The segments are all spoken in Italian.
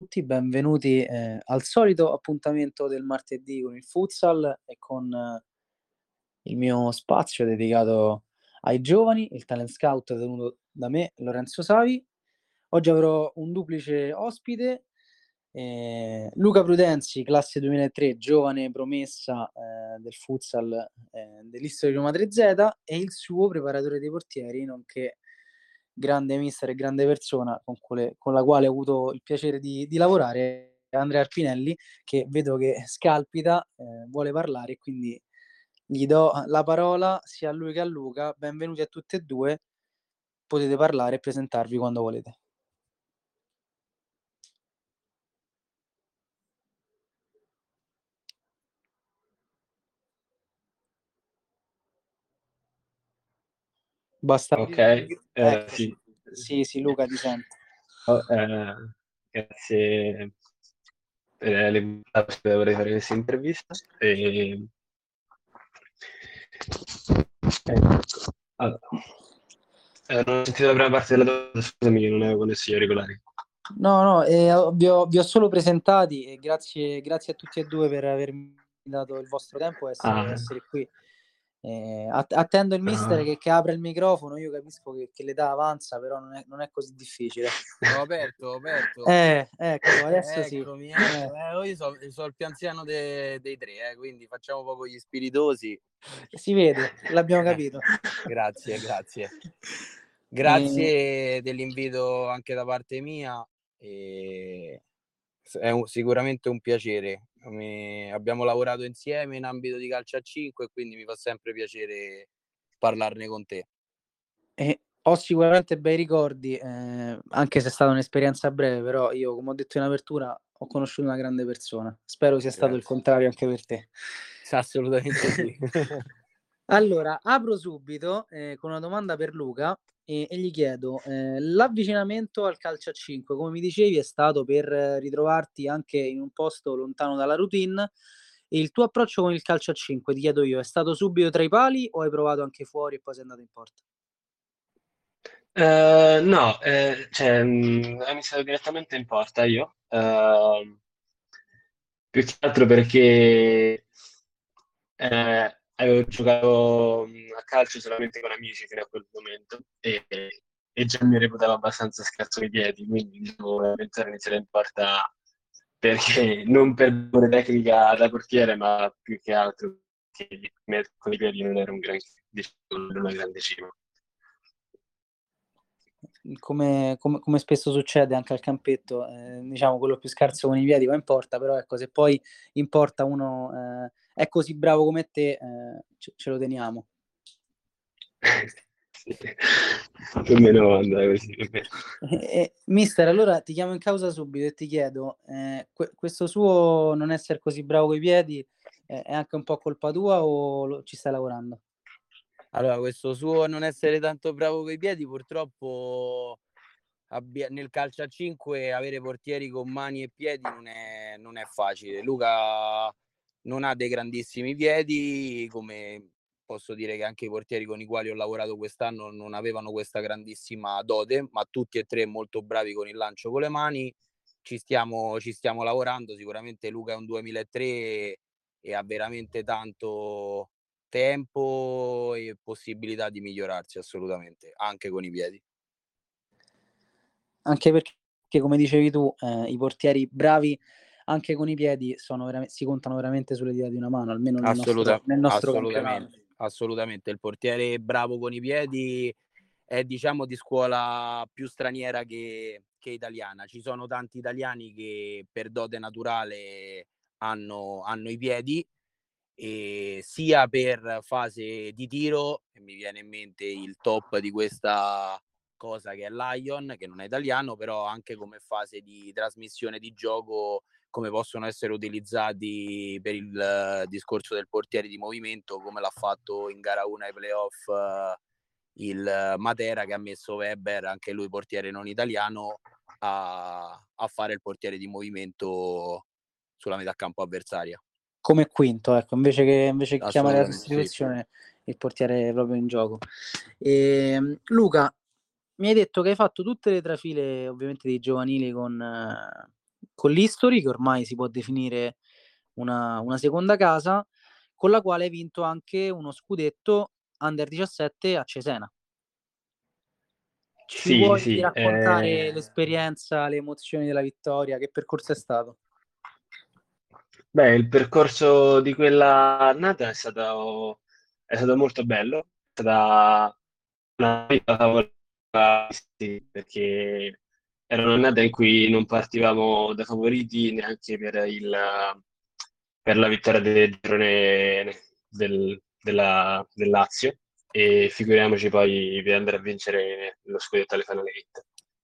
tutti, benvenuti al solito appuntamento del martedì con il futsal e con il mio spazio dedicato ai giovani, il talent scout tenuto da me, Lorenzo Savi. Oggi avrò un duplice ospite, Luca Prudenzi, classe 2003, giovane promessa del futsal dell'Istoria di Roma 3Z, e il suo preparatore dei portieri, nonché grande mister e grande persona con la quale ho avuto il piacere di lavorare, Andrea Arpinelli, che vedo che scalpita, vuole parlare, quindi gli do la parola sia a lui che a Luca. Benvenuti a tutti e due, potete parlare e presentarvi quando volete. Basta. Ok, Eccoci. sì. Sì, Luca, ti sento. Grazie per l'invito per vorrei fare questa intervista. Allora, non ho sentito la prima parte della domanda, scusami che non avevo connesso gli auricolari. No, vi ho solo presentati e grazie a tutti e due per avermi dato il vostro tempo e essere qui. Attendo il mister che apra il microfono. Io capisco che l'età avanza, però non è così difficile. Ho aperto. Ecco, adesso Eccomi, sì. io sono il più anziano dei tre, quindi facciamo poco gli spiritosi. Si vede, l'abbiamo capito. Grazie. Grazie dell'invito anche da parte mia. È sicuramente un piacere. Abbiamo lavorato insieme in ambito di calcio a 5 e quindi mi fa sempre piacere parlarne con te. Ho sicuramente bei ricordi, anche se è stata un'esperienza breve, però io, come ho detto in apertura, ho conosciuto una grande persona. Spero sia stato il contrario anche per te. Assolutamente sì. Allora, apro subito con una domanda per Luca e gli chiedo, l'avvicinamento al calcio a 5, come mi dicevi, è stato per ritrovarti anche in un posto lontano dalla routine. E il tuo approccio con il calcio a 5, ti chiedo io, è stato subito tra i pali o hai provato anche fuori e poi sei andato in porta? No, ho iniziato direttamente in porta io, più che altro perché avevo giocato a calcio solamente con amici fino a quel momento e già mi reputavo abbastanza scarso ai piedi, quindi devo iniziare in porta perché non per buona tecnica da portiere, ma più che altro perché con i piedi non era un gran, diciamo, una grande cima. Come spesso succede anche al campetto, diciamo quello più scarso con i piedi va in porta, però ecco, se poi in porta uno è così bravo come te, ce lo teniamo. Sì, più o meno andava così. Mister, allora ti chiamo in causa subito e ti chiedo, questo suo non essere così bravo coi piedi è anche un po' colpa tua o ci stai lavorando? Allora, questo suo non essere tanto bravo coi piedi, purtroppo nel calcio a 5 avere portieri con mani e piedi non è facile. Luca non ha dei grandissimi piedi, come posso dire che anche i portieri con i quali ho lavorato quest'anno non avevano questa grandissima dote, ma tutti e tre molto bravi con il lancio con le mani. Ci stiamo lavorando. Sicuramente Luca è un 2003 e ha veramente tanto tempo e possibilità di migliorarsi assolutamente, anche con i piedi. Anche perché, come dicevi tu, i portieri bravi anche con i piedi si contano veramente sulle dita di una mano, almeno nel nostro campionato. Assolutamente. Il portiere bravo con i piedi è, diciamo, di scuola più straniera che italiana. Ci sono tanti italiani che per dote naturale hanno i piedi, e sia per fase di tiro, e mi viene in mente il top di questa cosa che è Lion, che non è italiano, però anche come fase di trasmissione di gioco, come possono essere utilizzati per il discorso del portiere di movimento, come l'ha fatto in gara 1 ai playoff il Matera, che ha messo Weber, anche lui portiere non italiano, a fare il portiere di movimento sulla metà campo avversaria. Come quinto, ecco, invece che chiamare la sostituzione, sì. Il portiere è proprio in gioco. Luca, mi hai detto che hai fatto tutte le trafile ovviamente dei giovanili con con l'History, che ormai si può definire una seconda casa, con la quale hai vinto anche uno scudetto Under 17 a Cesena. Ci Sì, vuoi sì. raccontare l'esperienza, le emozioni della vittoria? Che percorso è stato? Beh, il percorso di quella annata è stato molto bello, è stata una vita favorevole, sì, perché era un'annata in cui non partivamo da favoriti neanche per la vittoria del girone del Lazio, e figuriamoci poi per andare a vincere lo scudetto alle Final Eight.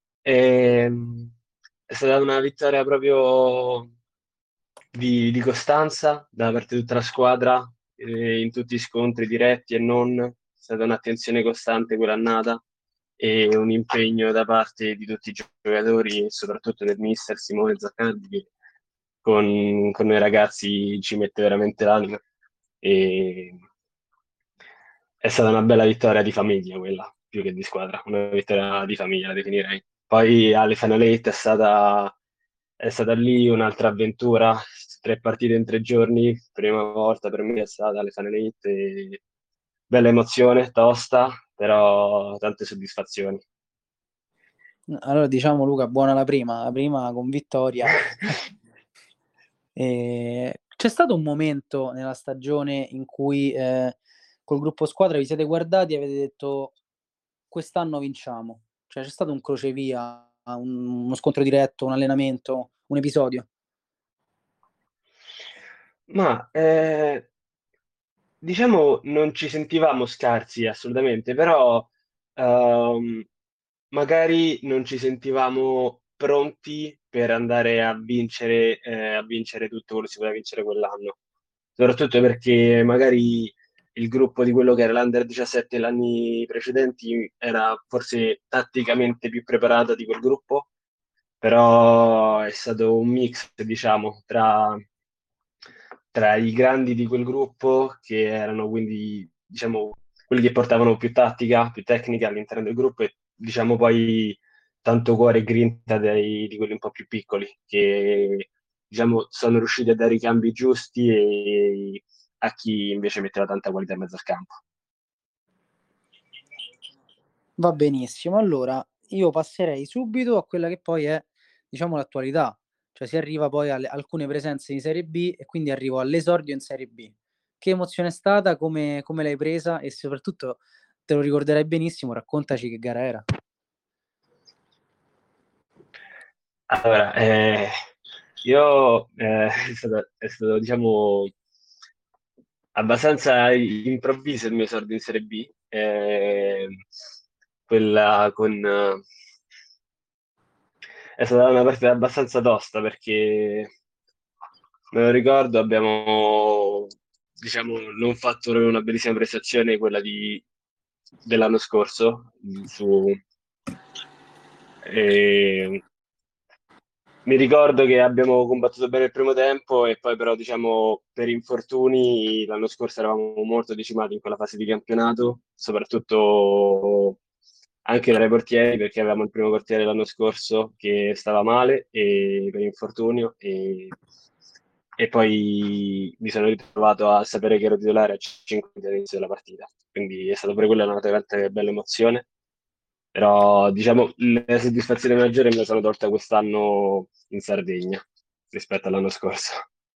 È stata una vittoria proprio di costanza da parte di tutta la squadra, in tutti gli scontri diretti e non. È stata un'attenzione costante quell'annata e un impegno da parte di tutti i giocatori e soprattutto del mister Simone Zaccardi, che con noi ragazzi ci mette veramente l'anima. E è stata una bella vittoria di famiglia quella, più che di squadra, una vittoria di famiglia la definirei. Poi alle Final Eight è stata lì un'altra avventura, 3 partite in 3 giorni, prima volta per me è stata alle Final Eight, e bella emozione, tosta, però tante soddisfazioni. Allora diciamo Luca, buona la prima con vittoria. C'è stato un momento nella stagione in cui col gruppo squadra vi siete guardati e avete detto quest'anno vinciamo? Cioè c'è stato un crocevia, uno scontro diretto, un allenamento, un episodio? Ma diciamo non ci sentivamo scarsi assolutamente, però ehm, magari non ci sentivamo pronti per andare a vincere tutto quello che si poteva vincere quell'anno. Soprattutto perché magari il gruppo di quello che era l'Under 17 gli anni precedenti era forse tatticamente più preparato di quel gruppo, però è stato un mix, diciamo, tra i grandi di quel gruppo, che erano quindi, diciamo, quelli che portavano più tattica, più tecnica all'interno del gruppo, e diciamo poi tanto cuore e grinta di quelli un po' più piccoli, che diciamo sono riusciti a dare i cambi giusti a chi invece metteva tanta qualità in mezzo al campo. Va benissimo, allora io passerei subito a quella che poi è, diciamo, l'attualità, cioè si arriva poi alle alcune presenze in Serie B e quindi arrivo all'esordio in Serie B. Che emozione è stata? Come l'hai presa? E soprattutto te lo ricorderai benissimo, raccontaci che gara era. Allora, io è stato, diciamo, abbastanza improvviso il mio esordio in Serie B, quella è stata una partita abbastanza tosta perché me lo ricordo, abbiamo diciamo non fatto proprio una bellissima prestazione quella dell'anno scorso e mi ricordo che abbiamo combattuto bene il primo tempo e poi però, diciamo, per infortuni l'anno scorso eravamo molto decimati in quella fase di campionato, soprattutto anche tra i portieri, perché avevamo il primo portiere l'anno scorso che stava male e per infortunio, e poi mi sono ritrovato a sapere che ero titolare a 5 minuti all'inizio della partita. Quindi è stata pure quella una veramente bella emozione. Però, diciamo, la soddisfazione maggiore me la sono tolta quest'anno in Sardegna rispetto all'anno scorso.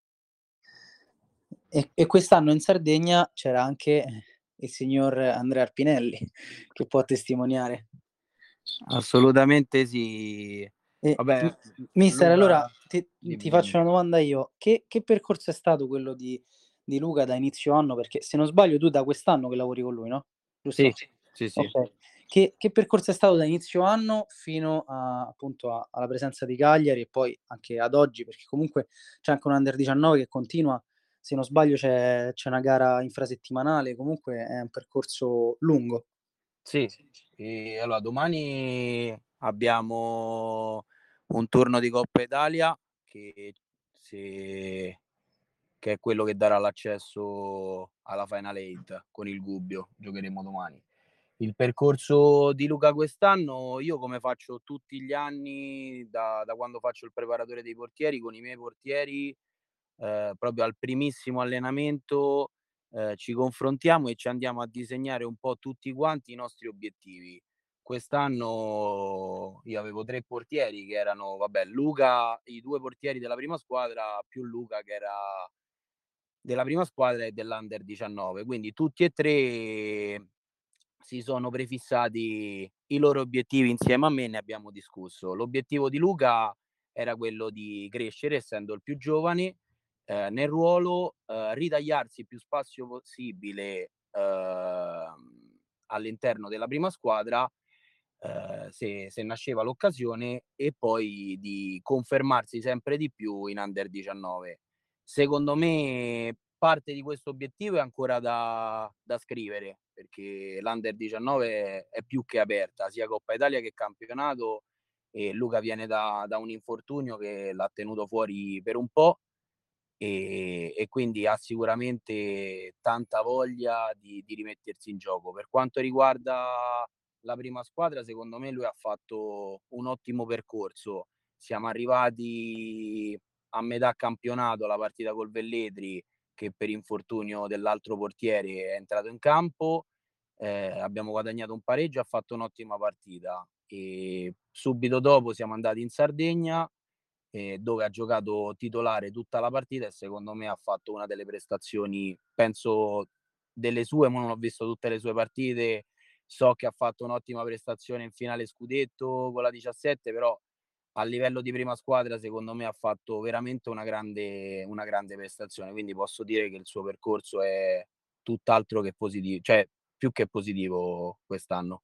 E quest'anno in Sardegna c'era anche il signor Andrea Arpinelli che può testimoniare. Assolutamente sì. Vabbè, Mister, allora Luca, ti dimmi, faccio dimmi. una domanda io. Che percorso è stato quello di Luca da inizio anno? Perché se non sbaglio tu da quest'anno che lavori con lui, no? Giusto? Sì, sì, sì. Ok. Che percorso è stato da inizio anno fino appunto alla presenza di Cagliari e poi anche ad oggi? Perché comunque c'è anche un Under 19 che continua, se non sbaglio c'è una gara infrasettimanale, comunque è un percorso lungo. Sì, allora domani abbiamo un turno di Coppa Italia se- che è quello che darà l'accesso alla Final Eight con il Gubbio, giocheremo domani. Il percorso di Luca quest'anno, io come faccio tutti gli anni, da quando faccio il preparatore dei portieri, con i miei portieri, proprio al primissimo allenamento, ci confrontiamo e ci andiamo a disegnare un po' tutti quanti i nostri obiettivi. Quest'anno io avevo 3 portieri che erano, vabbè, Luca, i 2 portieri della prima squadra, più Luca che era della prima squadra e dell'Under 19, quindi tutti e 3 si sono prefissati i loro obiettivi insieme a me e ne abbiamo discusso. L'obiettivo di Luca era quello di crescere, essendo il più giovane, nel ruolo, ritagliarsi più spazio possibile, all'interno della prima squadra, se nasceva l'occasione, e poi di confermarsi sempre di più in Under 19. Secondo me parte di questo obiettivo è ancora da scrivere, perché l'Under 19 è più che aperta, sia Coppa Italia che campionato, e Luca viene da un infortunio che l'ha tenuto fuori per un po', e quindi ha sicuramente tanta voglia di rimettersi in gioco. Per quanto riguarda la prima squadra, secondo me lui ha fatto un ottimo percorso. Siamo arrivati a metà campionato, la partita col Velletri, che per infortunio dell'altro portiere è entrato in campo, abbiamo guadagnato un pareggio, ha fatto un'ottima partita, e subito dopo siamo andati in Sardegna, dove ha giocato titolare tutta la partita, e secondo me ha fatto una delle prestazioni, penso, delle sue, ma non ho visto tutte le sue partite, so che ha fatto un'ottima prestazione in finale scudetto con la 17, però a livello di prima squadra secondo me ha fatto veramente una grande prestazione, quindi posso dire che il suo percorso è tutt'altro che positivo, cioè più che positivo quest'anno.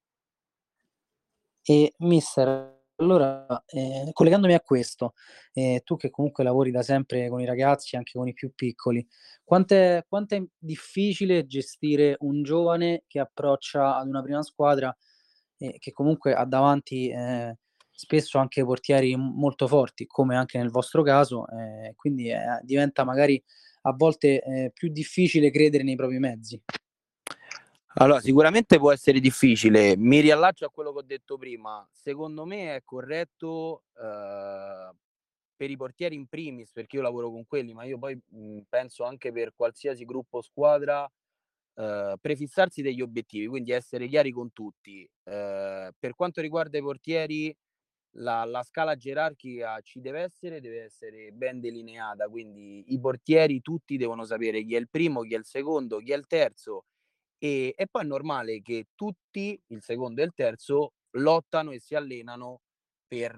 E mister, allora, collegandomi a questo, tu che comunque lavori da sempre con i ragazzi, anche con i più piccoli, quant'è difficile gestire un giovane che approccia ad una prima squadra e che comunque ha davanti spesso anche portieri molto forti, come anche nel vostro caso, quindi diventa magari a volte più difficile credere nei propri mezzi. Allora, sicuramente può essere difficile. Mi riallaccio a quello che ho detto prima. Secondo me è corretto, per i portieri in primis, perché io lavoro con quelli, ma io poi penso anche per qualsiasi gruppo squadra, prefissarsi degli obiettivi, quindi essere chiari con tutti. Per quanto riguarda i portieri, la scala gerarchica ci deve essere ben delineata, quindi i portieri tutti devono sapere chi è il primo, chi è il secondo, chi è il terzo, e poi è normale che tutti, il secondo e il terzo, lottano e si allenano per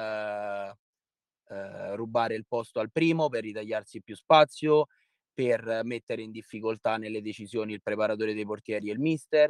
rubare il posto al primo, per ritagliarsi più spazio, per mettere in difficoltà nelle decisioni il preparatore dei portieri e il mister.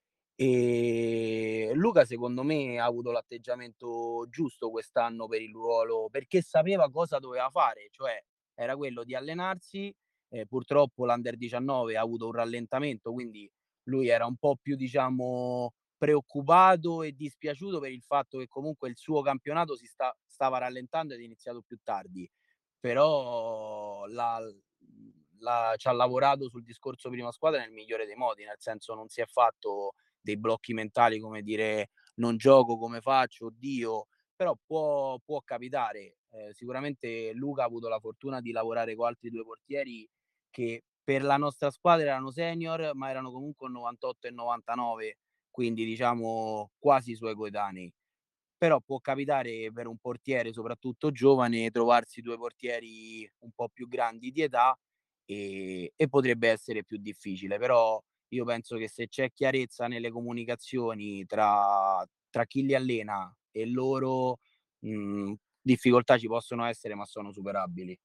Luca secondo me ha avuto l'atteggiamento giusto quest'anno per il ruolo, perché sapeva cosa doveva fare, cioè era quello di allenarsi. Purtroppo l'Under 19 ha avuto un rallentamento, quindi lui era un po' più, diciamo, preoccupato e dispiaciuto per il fatto che comunque il suo campionato stava rallentando ed è iniziato più tardi. Però ci ha lavorato sul discorso prima squadra nel migliore dei modi, nel senso non si è fatto dei blocchi mentali come dire non gioco, come faccio, oddio, però può capitare. Sicuramente Luca ha avuto la fortuna di lavorare con altri 2 portieri che per la nostra squadra erano senior, ma erano comunque 98 e 99, quindi diciamo quasi i suoi coetanei. Però può capitare per un portiere, soprattutto giovane, trovarsi 2 portieri un po' più grandi di età, e potrebbe essere più difficile. Però io penso che se c'è chiarezza nelle comunicazioni tra chi li allena e loro, difficoltà ci possono essere, ma sono superabili.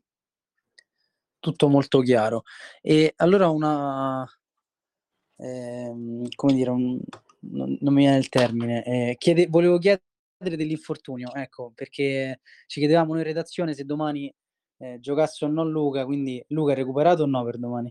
Tutto molto chiaro. E allora come dire, non mi viene il termine. Volevo chiedere dell'infortunio, ecco, perché ci chiedevamo noi in redazione se domani giocasse o no Luca, quindi Luca è recuperato o no per domani?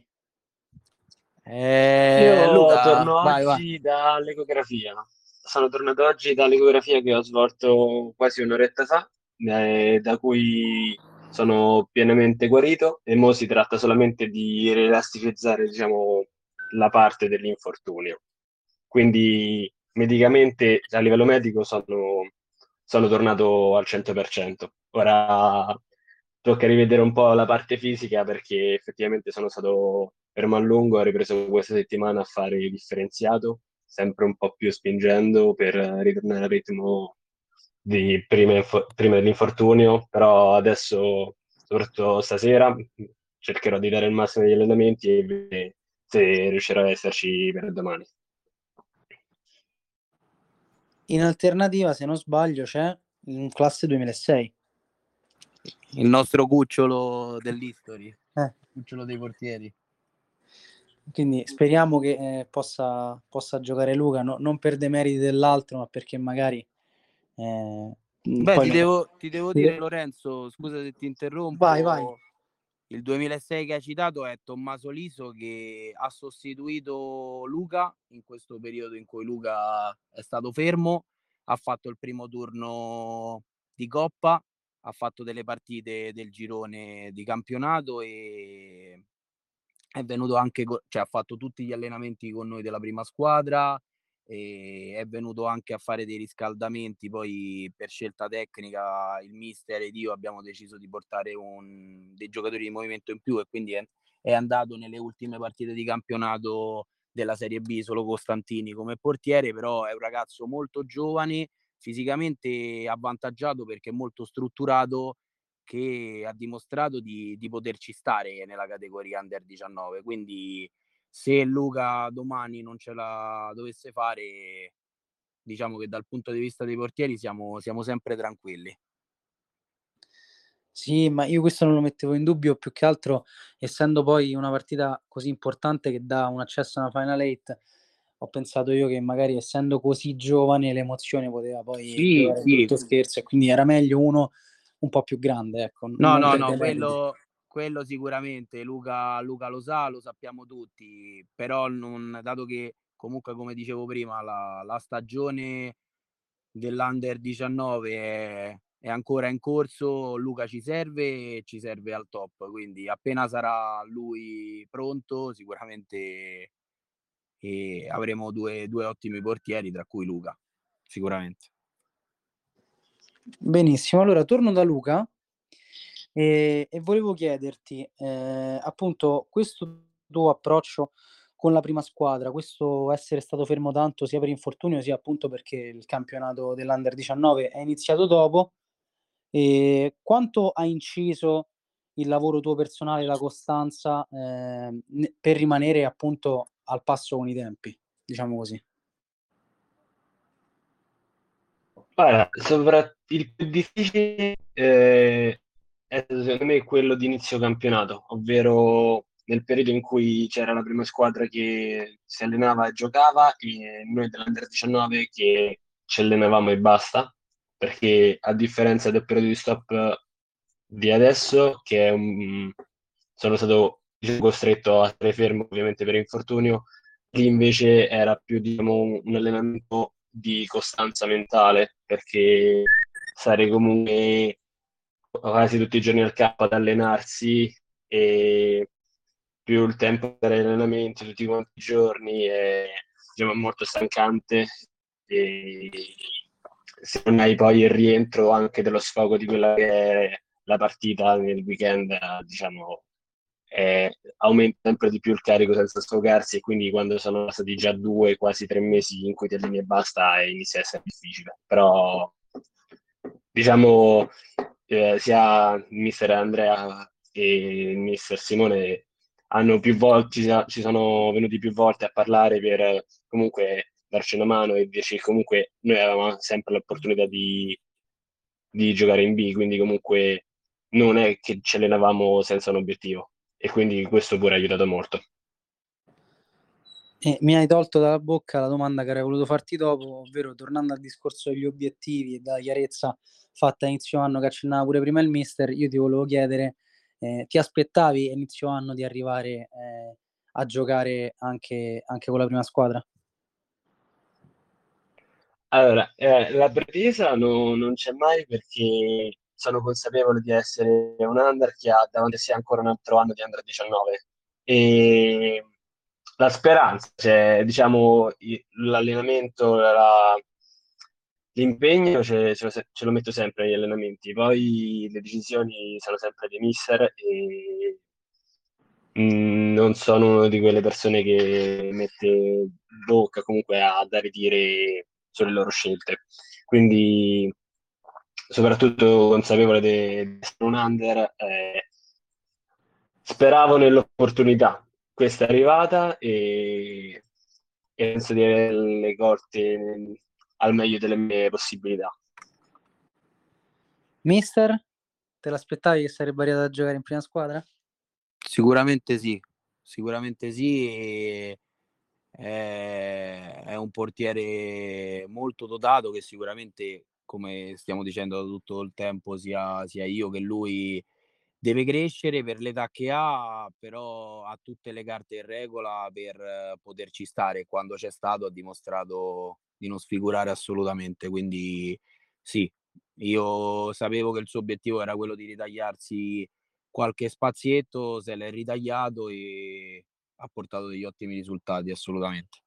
Io Luca, torno vai, vai. oggi dall'ecografia. Sono tornato oggi dall'ecografia che ho svolto quasi un'oretta fa, da cui sono pienamente guarito e mo si tratta solamente di rielastifizzare, diciamo, la parte dell'infortunio. quindi medicamente a livello medico sono tornato al 100%. Ora tocca rivedere un po' la parte fisica perché effettivamente sono stato fermo a lungo, ho ripreso questa settimana a fare il differenziato, sempre un po' più spingendo per ritornare al ritmo di prima dell'infortunio, però adesso, soprattutto stasera, cercherò di dare il massimo degli allenamenti e vedere se riuscirò ad esserci per domani. In alternativa, se non sbaglio, c'è un classe 2006. Il nostro cucciolo dell'History, cucciolo dei portieri. Quindi speriamo che possa giocare Luca, non per demeriti dell'altro, ma perché magari Beh, poi ti devo dire, Lorenzo, scusa se ti interrompo. Vai. Il 2006 che hai citato è Tommaso Liso, che ha sostituito Luca in questo periodo in cui Luca è stato fermo. Ha fatto il primo turno di Coppa, ha fatto delle partite del girone di campionato e è venuto anche, cioè ha fatto tutti gli allenamenti con noi della prima squadra e è venuto anche a fare dei riscaldamenti. Poi per scelta tecnica il mister ed io abbiamo deciso di portare dei giocatori di movimento in più e quindi è andato nelle ultime partite di campionato della Serie B solo Costantini come portiere, però è un ragazzo molto giovane, fisicamente avvantaggiato perché è molto strutturato, che ha dimostrato di poterci stare nella categoria Under 19. Quindi se Luca domani non ce la dovesse fare, diciamo che dal punto di vista dei portieri siamo sempre tranquilli. Sì, ma io questo non lo mettevo in dubbio, più che altro essendo poi una partita così importante che dà un accesso a una Final 8, ho pensato io che magari essendo così giovane l'emozione poteva poi giocare brutto scherzo e quindi era meglio uno un po' più grande, ecco. No, quello sicuramente Luca lo sa, lo sappiamo tutti, però dato che comunque come dicevo prima la stagione dell'Under 19 è ancora in corso, Luca ci serve e ci serve al top, quindi appena sarà lui pronto sicuramente avremo due ottimi portieri, tra cui Luca, sicuramente. Benissimo, allora torno da Luca e volevo chiederti appunto questo tuo approccio con la prima squadra, questo essere stato fermo tanto sia per infortunio sia appunto perché il campionato dell'Under 19 è iniziato dopo, quanto ha inciso il lavoro tuo personale, la costanza per rimanere appunto al passo con i tempi, diciamo così? Guarda, il più difficile è stato secondo me quello di inizio campionato, ovvero nel periodo in cui c'era la prima squadra che si allenava e giocava e noi dell'Under 19 che ci allenavamo e basta, perché a differenza del periodo di stop di adesso, sono stato diciamo, costretto a stare fermo ovviamente per infortunio, lì invece era più diciamo, un allenamento di costanza mentale, perché stare comunque quasi tutti i giorni al campo ad allenarsi e più il tempo per allenamenti tutti quanti i giorni è diciamo, molto stancante e se non hai poi il rientro anche dello sfogo di quella che è la partita nel weekend, diciamo, aumenta sempre di più il carico senza sfogarsi e quindi quando sono stati già 2, quasi 3 mesi in cui ti alleni e basta inizia a essere difficile. Però diciamo sia il mister Andrea e il mister Simone hanno più volte, ci sono venuti più volte a parlare per comunque darci una mano e dirci che comunque noi avevamo sempre l'opportunità di giocare in B, quindi comunque non è che ci allenavamo senza un obiettivo e quindi questo pure ha aiutato molto. Mi hai tolto dalla bocca la domanda che avrei voluto farti dopo, ovvero tornando al discorso degli obiettivi e della chiarezza fatta a inizio anno che accennava pure prima il mister, io ti volevo chiedere, ti aspettavi a inizio anno di arrivare a giocare anche con la prima squadra? Allora, la pretesa non c'è mai perché sono consapevole di essere un under che ha davanti a sé ancora un altro anno di under 19 e la speranza, cioè, diciamo, l'allenamento, l'impegno ce lo metto sempre negli allenamenti, poi le decisioni sono sempre dei mister e non sono una di quelle persone che mette bocca comunque a dare dire sulle loro scelte. Quindi, soprattutto consapevole di essere un under, speravo nell'opportunità. Questa è arrivata e penso di averle colte al meglio delle mie possibilità. Mister, te l'aspettavi che sarebbe arrivato a giocare in prima squadra? Sicuramente sì, sicuramente sì. È un portiere molto dotato che sicuramente, come stiamo dicendo da tutto il tempo, sia io che lui, deve crescere per l'età che ha, però ha tutte le carte in regola per poterci stare. Quando c'è stato ha dimostrato di non sfigurare assolutamente, quindi sì, io sapevo che il suo obiettivo era quello di ritagliarsi qualche spazietto, se l'è ritagliato e ha portato degli ottimi risultati, assolutamente.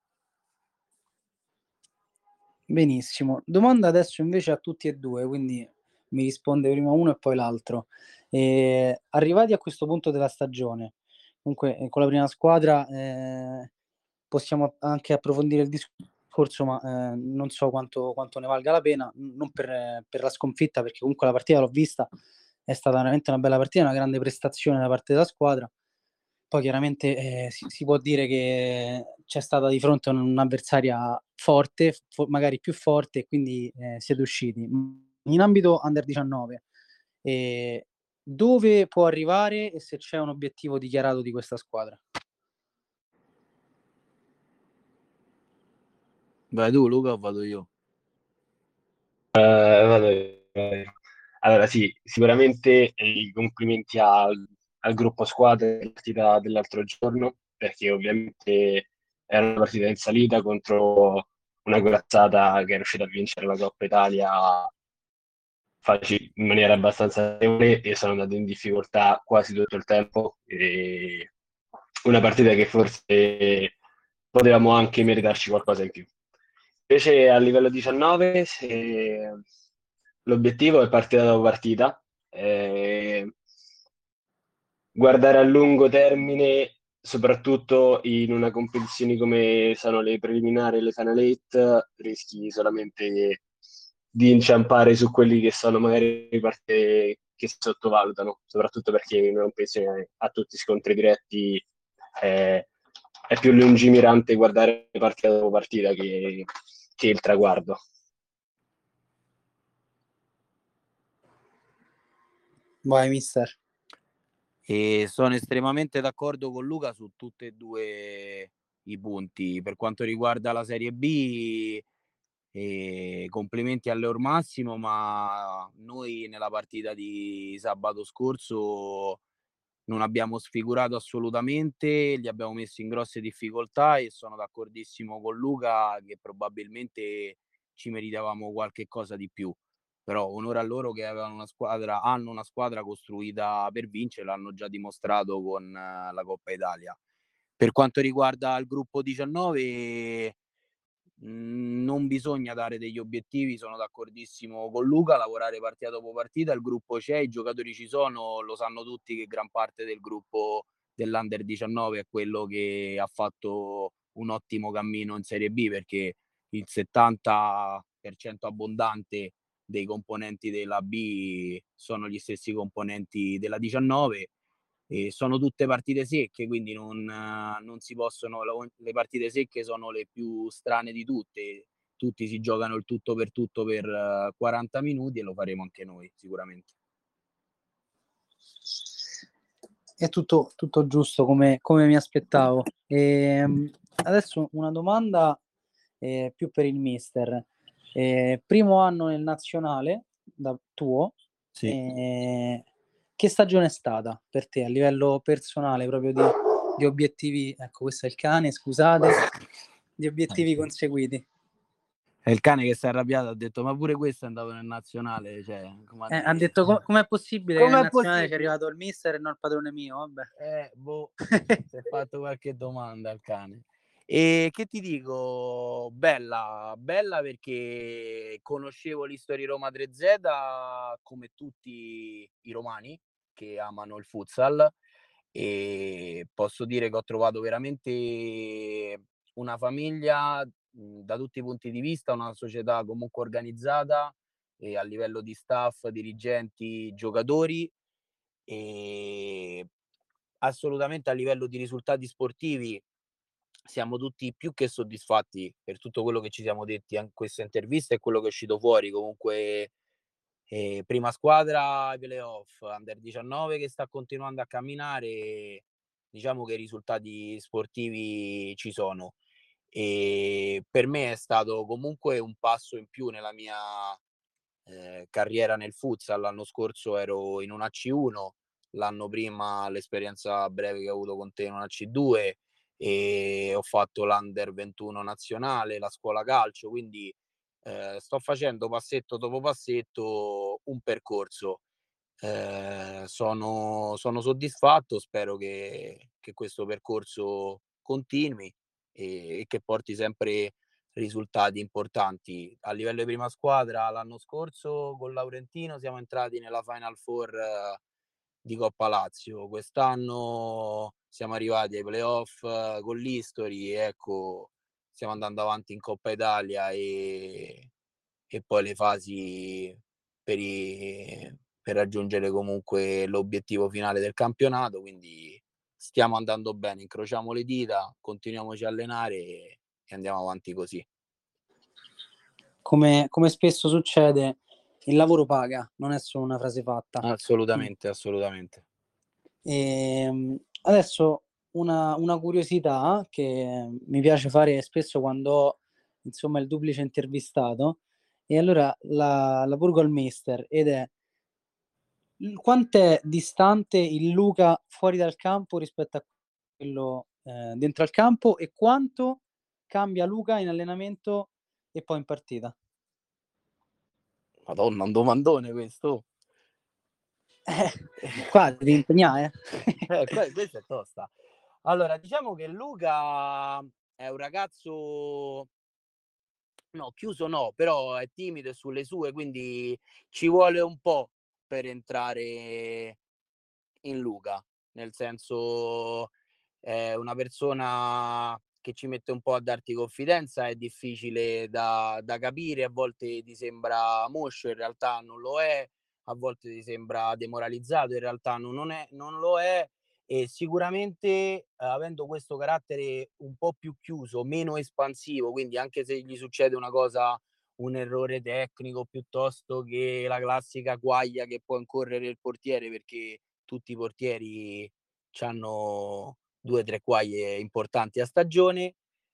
Benissimo. Domanda adesso invece a tutti e due, quindi mi risponde prima uno e poi l'altro. Arrivati a questo punto della stagione, comunque con la prima squadra possiamo anche approfondire il discorso, ma non so quanto ne valga la pena, non per la sconfitta, perché comunque la partita l'ho vista, è stata veramente una bella partita, una grande prestazione da parte della squadra. Poi chiaramente si può dire che c'è stata di fronte un'avversaria forte, magari più forte, e quindi siete usciti. In ambito Under 19, dove può arrivare e se c'è un obiettivo dichiarato di questa squadra? Vai tu Luca o vado io? Vado. Allora, sì, sicuramente i complimenti al gruppo squadra della partita dell'altro giorno, perché ovviamente era una partita in salita contro una corazzata che è riuscita a vincere la Coppa Italia in maniera abbastanza notevole e sono andato in difficoltà quasi tutto il tempo. E una partita che forse potevamo anche meritarci qualcosa in più. Invece a livello 19 l'obiettivo è partita dopo partita, guardare a lungo termine, soprattutto in una competizione come sono le preliminari e le Final Eight, rischi solamente di inciampare su quelli che sono magari le partite che si sottovalutano, soprattutto perché in una competizione a tutti scontri diretti è più lungimirante guardare partita dopo partita che il traguardo. Vai, mister. E sono estremamente d'accordo con Luca su tutti e due i punti. Per quanto riguarda la Serie B, complimenti all'Eur Massimo, ma noi nella partita di sabato scorso non abbiamo sfigurato assolutamente, li abbiamo messi in grosse difficoltà e sono d'accordissimo con Luca che probabilmente ci meritavamo qualche cosa di più. Però onore a loro che hanno una squadra costruita per vincere, l'hanno già dimostrato con la Coppa Italia. Per quanto riguarda il gruppo 19, non bisogna dare degli obiettivi, sono d'accordissimo con Luca, lavorare partita dopo partita, il gruppo c'è, i giocatori ci sono, lo sanno tutti che gran parte del gruppo dell'Under 19 è quello che ha fatto un ottimo cammino in Serie B, perché il 70% abbondante dei componenti della B sono gli stessi componenti della 19 e sono tutte partite secche, quindi non si possono, le partite secche sono le più strane di tutte, tutti si giocano il tutto per 40 minuti e lo faremo anche noi sicuramente. È tutto giusto come mi aspettavo. Adesso una domanda più per il mister. Primo anno nel nazionale tuo, Sì. che stagione è stata per te a livello personale, proprio di obiettivi? Ecco, questo è il cane, scusate, di obiettivi conseguiti. È il cane che si è arrabbiato, ha detto ma pure questo è andato nel nazionale, cioè, Ha detto com'è possibile che nel com'è nazionale sia possibile? arrivato il mister e non il padrone mio, vabbè. Boh, si è fatto qualche domanda al cane. E che ti dico, bella perché conoscevo l'History Roma 3Z come tutti i romani che amano il futsal, e posso dire che ho trovato veramente una famiglia, da tutti i punti di vista, una società comunque organizzata, e a livello di staff, dirigenti, giocatori, e assolutamente a livello di risultati sportivi siamo tutti più che soddisfatti per tutto quello che ci siamo detti in questa intervista e quello che è uscito fuori. Comunque, prima squadra ai playoff, under 19 che sta continuando a camminare, diciamo che i risultati sportivi ci sono. E per me è stato comunque un passo in più nella mia carriera nel futsal. L'anno scorso ero in una C1, l'anno prima l'esperienza breve che ho avuto con te in una C2, e ho fatto l'Under 21 nazionale, la scuola calcio, quindi sto facendo passetto dopo passetto un percorso. Sono soddisfatto, spero che questo percorso continui e che porti sempre risultati importanti. A livello di prima squadra, l'anno scorso con Laurentino siamo entrati nella Final Four di Coppa Lazio. Quest'anno siamo arrivati ai playoff con l'History, ecco, stiamo andando avanti in Coppa Italia e poi le fasi per raggiungere comunque l'obiettivo finale del campionato, quindi stiamo andando bene, incrociamo le dita, continuiamoci a allenare e andiamo avanti così. Come spesso succede, il lavoro paga, non è solo una frase fatta. Assolutamente. Adesso una curiosità che mi piace fare spesso quando ho, insomma, il duplice intervistato, e allora la porgo al mister, ed è: quant'è distante il Luca fuori dal campo rispetto a quello dentro al campo, e quanto cambia Luca in allenamento e poi in partita? Madonna, un domandone questo. Qua devi impegnare. Questa è tosta. Allora, diciamo che Luca è un ragazzo, no, chiuso no, però è timido e sulle sue, quindi ci vuole un po' per entrare in Luca. Nel senso, è una persona che ci mette un po' a darti confidenza, è difficile da capire, a volte ti sembra moscio, in realtà non lo è, a volte ti sembra demoralizzato, in realtà non lo è, e sicuramente, avendo questo carattere un po' più chiuso, meno espansivo, quindi anche se gli succede una cosa, un errore tecnico, piuttosto che la classica guaglia che può incorrere il portiere, perché tutti i portieri c'hanno 2, 3 quaglie importanti a stagione,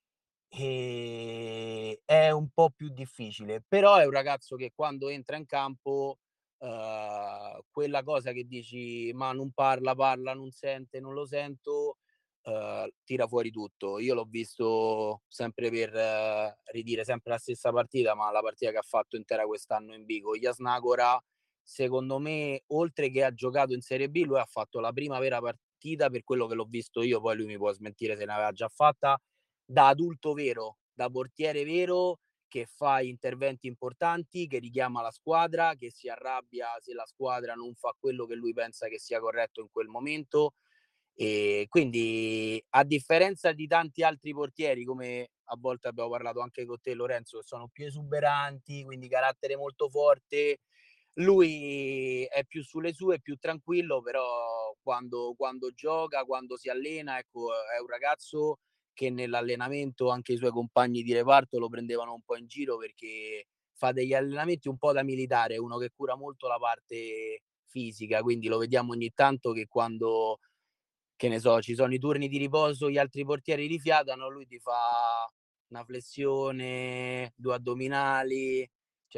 è un po' più difficile. Però è un ragazzo che quando entra in campo, quella cosa che dici: "Ma non parla, non sente, non lo sento", tira fuori tutto. Io l'ho visto, sempre per ridire sempre la stessa partita, ma la partita che ha fatto intera quest'anno in B con Jasnagora, secondo me, oltre che ha giocato in Serie B, lui ha fatto la prima vera partita, per quello che l'ho visto io, poi lui mi può smentire se ne aveva già fatta, da adulto vero, da portiere vero, che fa interventi importanti, che richiama la squadra, che si arrabbia se la squadra non fa quello che lui pensa che sia corretto in quel momento. E quindi, a differenza di tanti altri portieri, come a volte abbiamo parlato anche con te Lorenzo, che sono più esuberanti, quindi carattere molto forte, lui è più sulle sue, è più tranquillo, però quando gioca, quando si allena, ecco, è un ragazzo che nell'allenamento anche i suoi compagni di reparto lo prendevano un po' in giro, perché fa degli allenamenti un po' da militare, uno che cura molto la parte fisica, quindi lo vediamo ogni tanto che quando, che ne so, ci sono i turni di riposo, gli altri portieri rifiatano, lui ti fa una flessione, 2 addominali,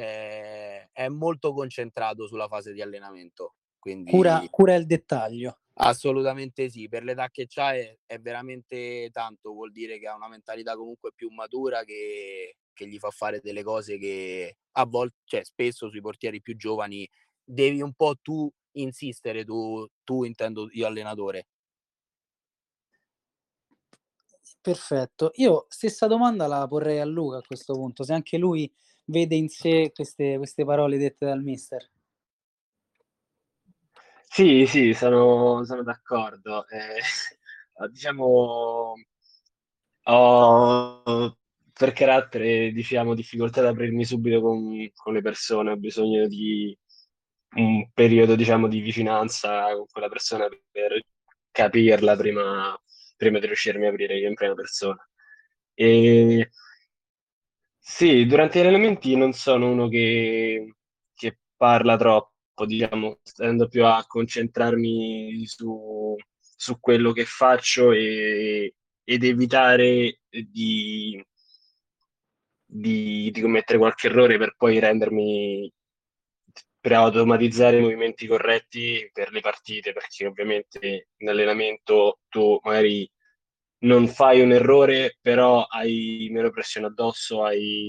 cioè è molto concentrato sulla fase di allenamento. Quindi Cura il dettaglio. Assolutamente sì, per l'età che c'ha è veramente tanto, vuol dire che ha una mentalità comunque più matura che gli fa fare delle cose che a volte, cioè spesso sui portieri più giovani devi un po' tu insistere, tu intendo io allenatore. Perfetto. Io stessa domanda la porrei a Luca a questo punto, se anche lui vede in sé queste parole dette dal mister. Sì, sì, sono d'accordo. Diciamo, ho per carattere, diciamo, difficoltà ad aprirmi subito con le persone, ho bisogno di un periodo, diciamo, di vicinanza con quella persona per capirla prima di riuscirmi a aprire io in prima persona. E sì, durante gli allenamenti non sono uno che parla troppo, diciamo, tendo più a concentrarmi su quello che faccio ed evitare di commettere qualche errore per poi per automatizzare i movimenti corretti per le partite, perché ovviamente in allenamento tu magari non fai un errore, però hai meno pressione addosso,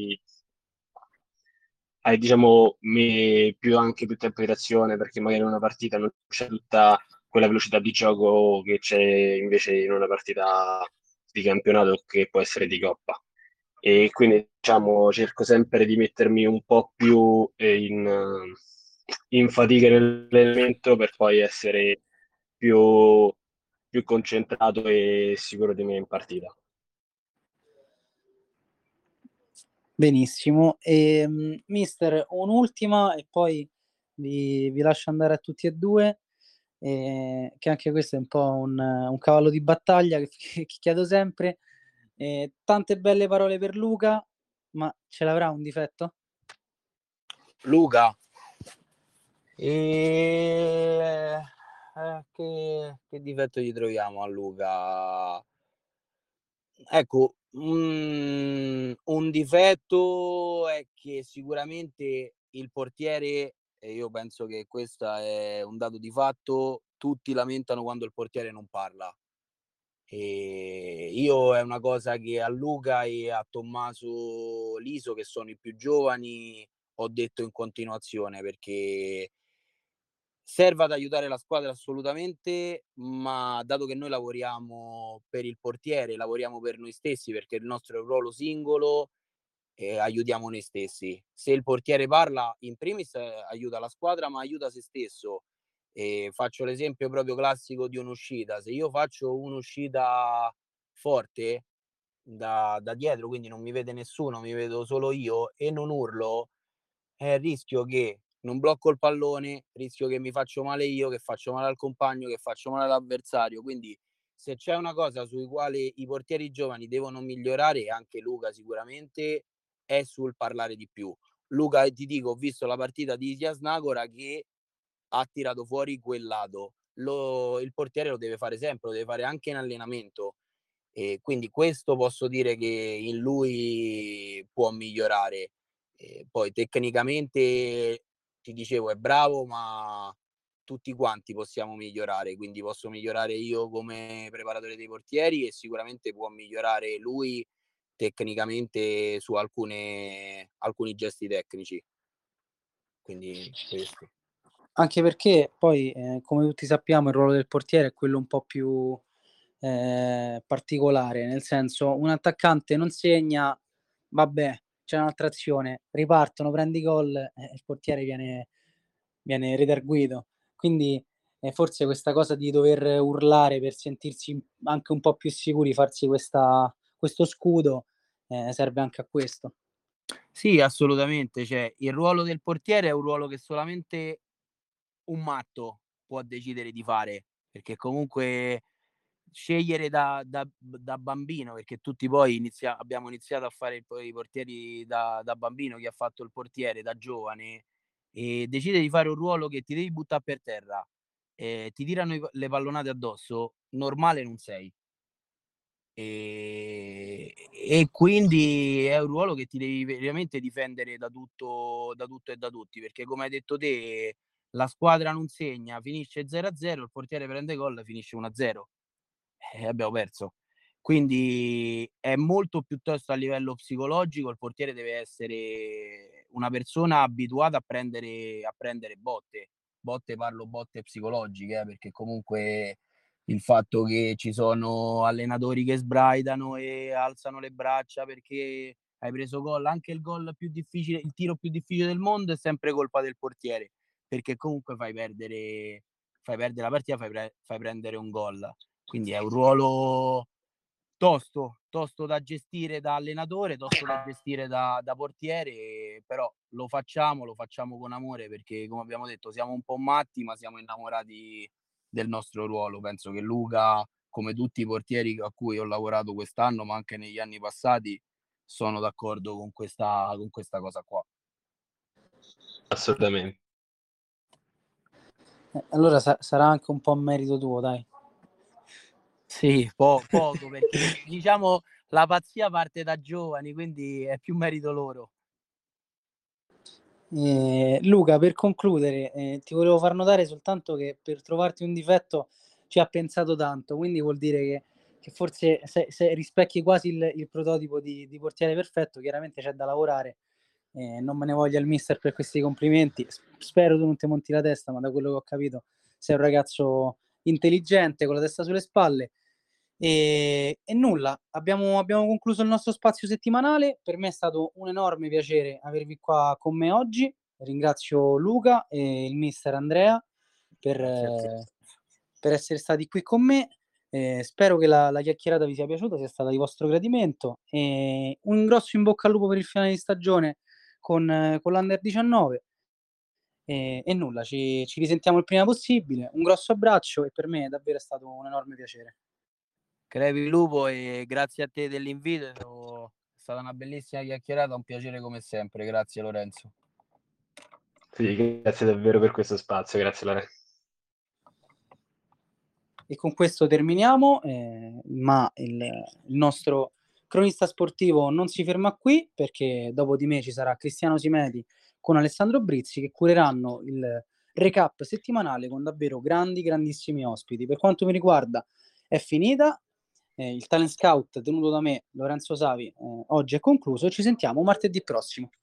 hai diciamo anche più tempo di reazione, perché magari in una partita non c'è tutta quella velocità di gioco che c'è invece in una partita di campionato che può essere di coppa. E quindi diciamo cerco sempre di mettermi un po' più in fatica nell'allenamento per poi essere più, più concentrato e sicuro di me in partita. Benissimo. Mister, un'ultima e poi vi lascio andare a tutti e due, che anche questo è un po' un cavallo di battaglia che chiedo sempre. Tante belle parole per Luca, ma ce l'avrà un difetto? Luca, e che difetto gli troviamo a Luca? Ecco, un difetto è che sicuramente il portiere, e io penso che questa è un dato di fatto, tutti lamentano quando il portiere non parla. Io è una cosa che a Luca e a Tommaso Liso, che sono i più giovani, ho detto in continuazione, perché serve ad aiutare la squadra assolutamente, ma dato che noi lavoriamo per il portiere, lavoriamo per noi stessi, perché il nostro è un ruolo singolo, aiutiamo noi stessi. Se il portiere parla, in primis aiuta la squadra, ma aiuta se stesso. Faccio l'esempio proprio classico di un'uscita. Se io faccio un'uscita forte da dietro, quindi non mi vede nessuno, mi vedo solo io e non urlo, rischio che non blocco il pallone, rischio che mi faccio male io, che faccio male al compagno, che faccio male all'avversario. Quindi se c'è una cosa sui quali i portieri giovani devono migliorare, e anche Luca sicuramente, è sul parlare di più. Luca, ti dico, ho visto la partita di Jasnagora che ha tirato fuori quel lato. Il portiere lo deve fare sempre, lo deve fare anche in allenamento. E quindi questo posso dire che in lui può migliorare. Poi tecnicamente ti dicevo è bravo, ma tutti quanti possiamo migliorare, quindi posso migliorare io come preparatore dei portieri e sicuramente può migliorare lui tecnicamente su alcuni gesti tecnici. Quindi questo. Anche perché poi, come tutti sappiamo, il ruolo del portiere è quello un po' più, particolare, nel senso, un attaccante non segna, vabbè, c'è un'altra azione, ripartono, prendi gol, il portiere viene redarguito. Quindi, forse questa cosa di dover urlare per sentirsi anche un po' più sicuri, farsi questo scudo, serve anche a questo. Sì, assolutamente, cioè il ruolo del portiere è un ruolo che solamente un matto può decidere di fare, perché comunque scegliere da bambino, perché tutti poi abbiamo iniziato a fare i portieri da bambino, chi ha fatto il portiere da giovane, e decide di fare un ruolo che ti devi buttà per terra, ti tirano le pallonate addosso, normale non sei. E quindi è un ruolo che ti devi veramente difendere da tutto e da tutti, perché come hai detto te, la squadra non segna, finisce 0-0, il portiere prende gol, finisce 1-0. Abbiamo perso. Quindi è molto piuttosto a livello psicologico, il portiere deve essere una persona abituata a prendere botte. Parlo botte psicologiche, perché comunque il fatto che ci sono allenatori che sbraitano e alzano le braccia perché hai preso gol, anche il gol più difficile, il tiro più difficile del mondo è sempre colpa del portiere, perché comunque fai perdere la partita, fai prendere un gol. Quindi è un ruolo tosto da gestire da allenatore, tosto da gestire da portiere, però lo facciamo con amore, perché come abbiamo detto siamo un po' matti, ma siamo innamorati del nostro ruolo. Penso che Luca, come tutti i portieri a cui ho lavorato quest'anno, ma anche negli anni passati, sono d'accordo con questa cosa qua. Assolutamente. Allora sarà anche un po' merito tuo, dai. Sì, poco, perché diciamo la pazzia parte da giovani, quindi è più merito loro. Luca, per concludere, ti volevo far notare soltanto che per trovarti un difetto ci ha pensato tanto, quindi vuol dire che forse se rispecchi quasi il prototipo di portiere perfetto. Chiaramente c'è da lavorare, non me ne voglia il mister per questi complimenti, spero tu non ti monti la testa, ma da quello che ho capito sei un ragazzo intelligente con la testa sulle spalle. E nulla, abbiamo concluso il nostro spazio settimanale. Per me è stato un enorme piacere avervi qua con me oggi. Ringrazio Luca e il mister Andrea per essere stati qui con me. Spero che la chiacchierata vi sia piaciuta, sia stata di vostro gradimento. Un grosso in bocca al lupo per il finale di stagione con l'Under 19. E nulla, ci risentiamo il prima possibile. Un grosso abbraccio e per me davvero è stato un enorme piacere. Crepi il lupo e grazie a te dell'invito, è stata una bellissima chiacchierata, un piacere come sempre. Grazie Lorenzo. Sì, grazie davvero per questo spazio, grazie Lorenzo. E con questo terminiamo, ma il nostro cronista sportivo non si ferma qui, perché dopo di me ci sarà Cristiano Simeti con Alessandro Brizzi, che cureranno il recap settimanale con davvero grandissimi ospiti. Per quanto mi riguarda è finita, il talent scout tenuto da me, Lorenzo Savi, oggi è concluso. Ci sentiamo martedì prossimo.